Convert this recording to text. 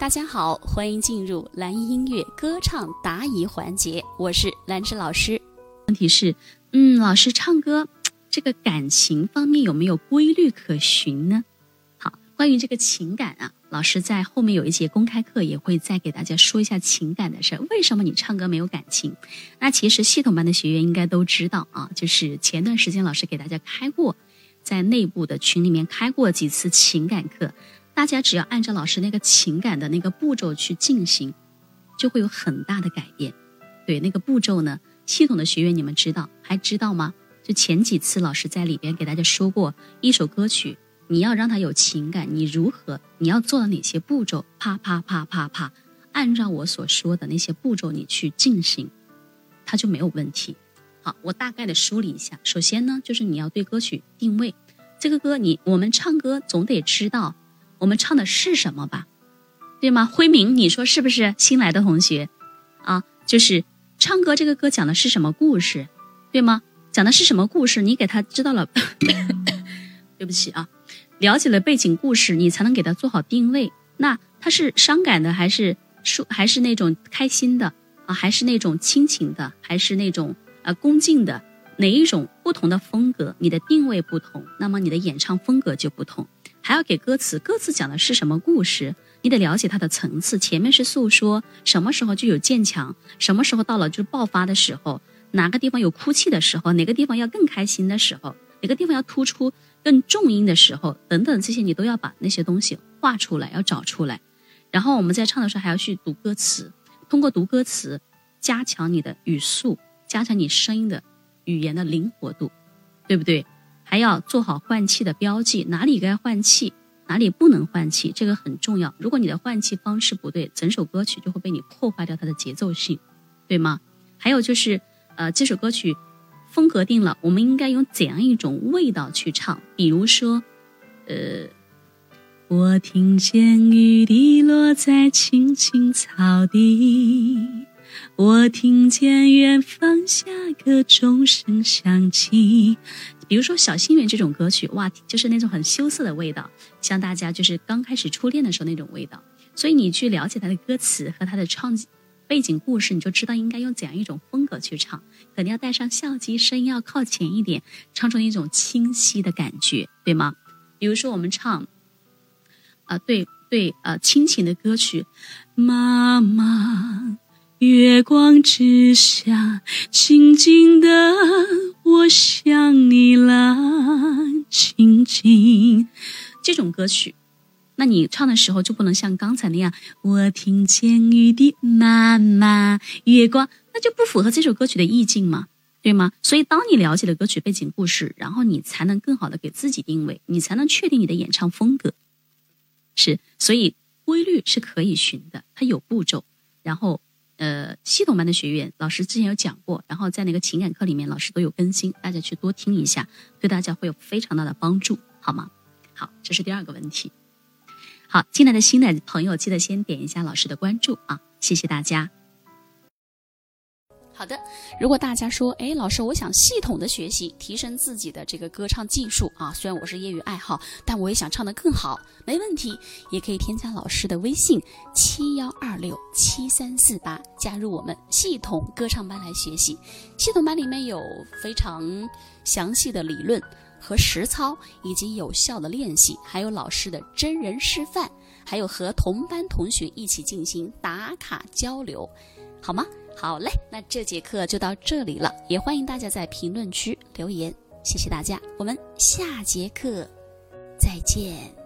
大家好，欢迎进入蓝音乐歌唱答疑环节，我是兰芝老师。问题是，老师唱歌这个感情方面有没有规律可循呢？好，关于这个情感啊，老师在后面有一节公开课也会再给大家说一下情感的事儿。为什么你唱歌没有感情？那其实系统班的学员应该都知道啊，就是前段时间老师给大家开过，在内部的群里面开过几次情感课。大家只要按照老师那个情感的那个步骤去进行，就会有很大的改变。对，那个步骤呢，系统的学员你们知道还知道吗？就前几次老师在里边给大家说过，一首歌曲你要让它有情感，你要做到哪些步骤，啪啪啪啪啪，按照我所说的那些步骤你去进行，它就没有问题。好，我大概的梳理一下。首先呢，就是你要对歌曲定位，这个歌我们唱歌总得知道我们唱的是什么吧，对吗？辉明，你说是不是？新来的同学啊，就是唱歌这个歌讲的是什么故事，对吗？讲的是什么故事，你给他知道了对不起啊，了解了背景故事，你才能给他做好定位。那他是伤感的，还是那种开心的啊？还是那种亲情的，还是那种恭敬的？哪一种不同的风格，你的定位不同，那么你的演唱风格就不同。还要给歌词讲的是什么故事，你得了解它的层次。前面是诉说，什么时候就有渐强，什么时候到了就爆发的时候，哪个地方有哭泣的时候，哪个地方要更开心的时候，哪个地方要突出更重音的时候，等等，这些你都要把那些东西画出来，要找出来。然后我们在唱的时候还要去读歌词，通过读歌词加强你的语速，加强你声音的语言的灵活度，对不对？还要做好换气的标记，哪里该换气，哪里不能换气，这个很重要。如果你的换气方式不对，整首歌曲就会被你破坏掉它的节奏性，对吗？还有就是这首歌曲风格定了，我们应该用怎样一种味道去唱？比如说我听见雨滴落在青青草地，我听见远方下课钟声响起。比如说小心愿这种歌曲，哇，就是那种很羞涩的味道，像大家就是刚开始初恋的时候那种味道。所以你去了解它的歌词和它的唱背景故事，你就知道应该用怎样一种风格去唱，肯定要带上相机，声音要靠前一点，唱出一种清晰的感觉，对吗？比如说我们唱亲情的歌曲，妈妈月光之下，静静的我想你啦，静静，这种歌曲，那你唱的时候就不能像刚才那样，我听见雨滴，妈妈月光，那就不符合这首歌曲的意境嘛，对吗？所以当你了解了歌曲背景故事，然后你才能更好的给自己定位，你才能确定你的演唱风格。是，所以规律是可以循的，它有步骤。然后系统班的学员老师之前有讲过，然后在那个情感课里面老师都有更新，大家去多听一下，对大家会有非常大的帮助，好吗？好，这是第二个问题。好，进来的新的朋友记得先点一下老师的关注啊，谢谢大家。好的，如果大家说，老师，我想系统的学习，提升自己的这个歌唱技术啊，虽然我是业余爱好，但我也想唱得更好，没问题，也可以添加老师的微信71267348，加入我们系统歌唱班来学习。系统班里面有非常详细的理论和实操，以及有效的练习，还有老师的真人示范，还有和同班同学一起进行打卡交流，好吗？好嘞，那这节课就到这里了，也欢迎大家在评论区留言，谢谢大家，我们下节课再见。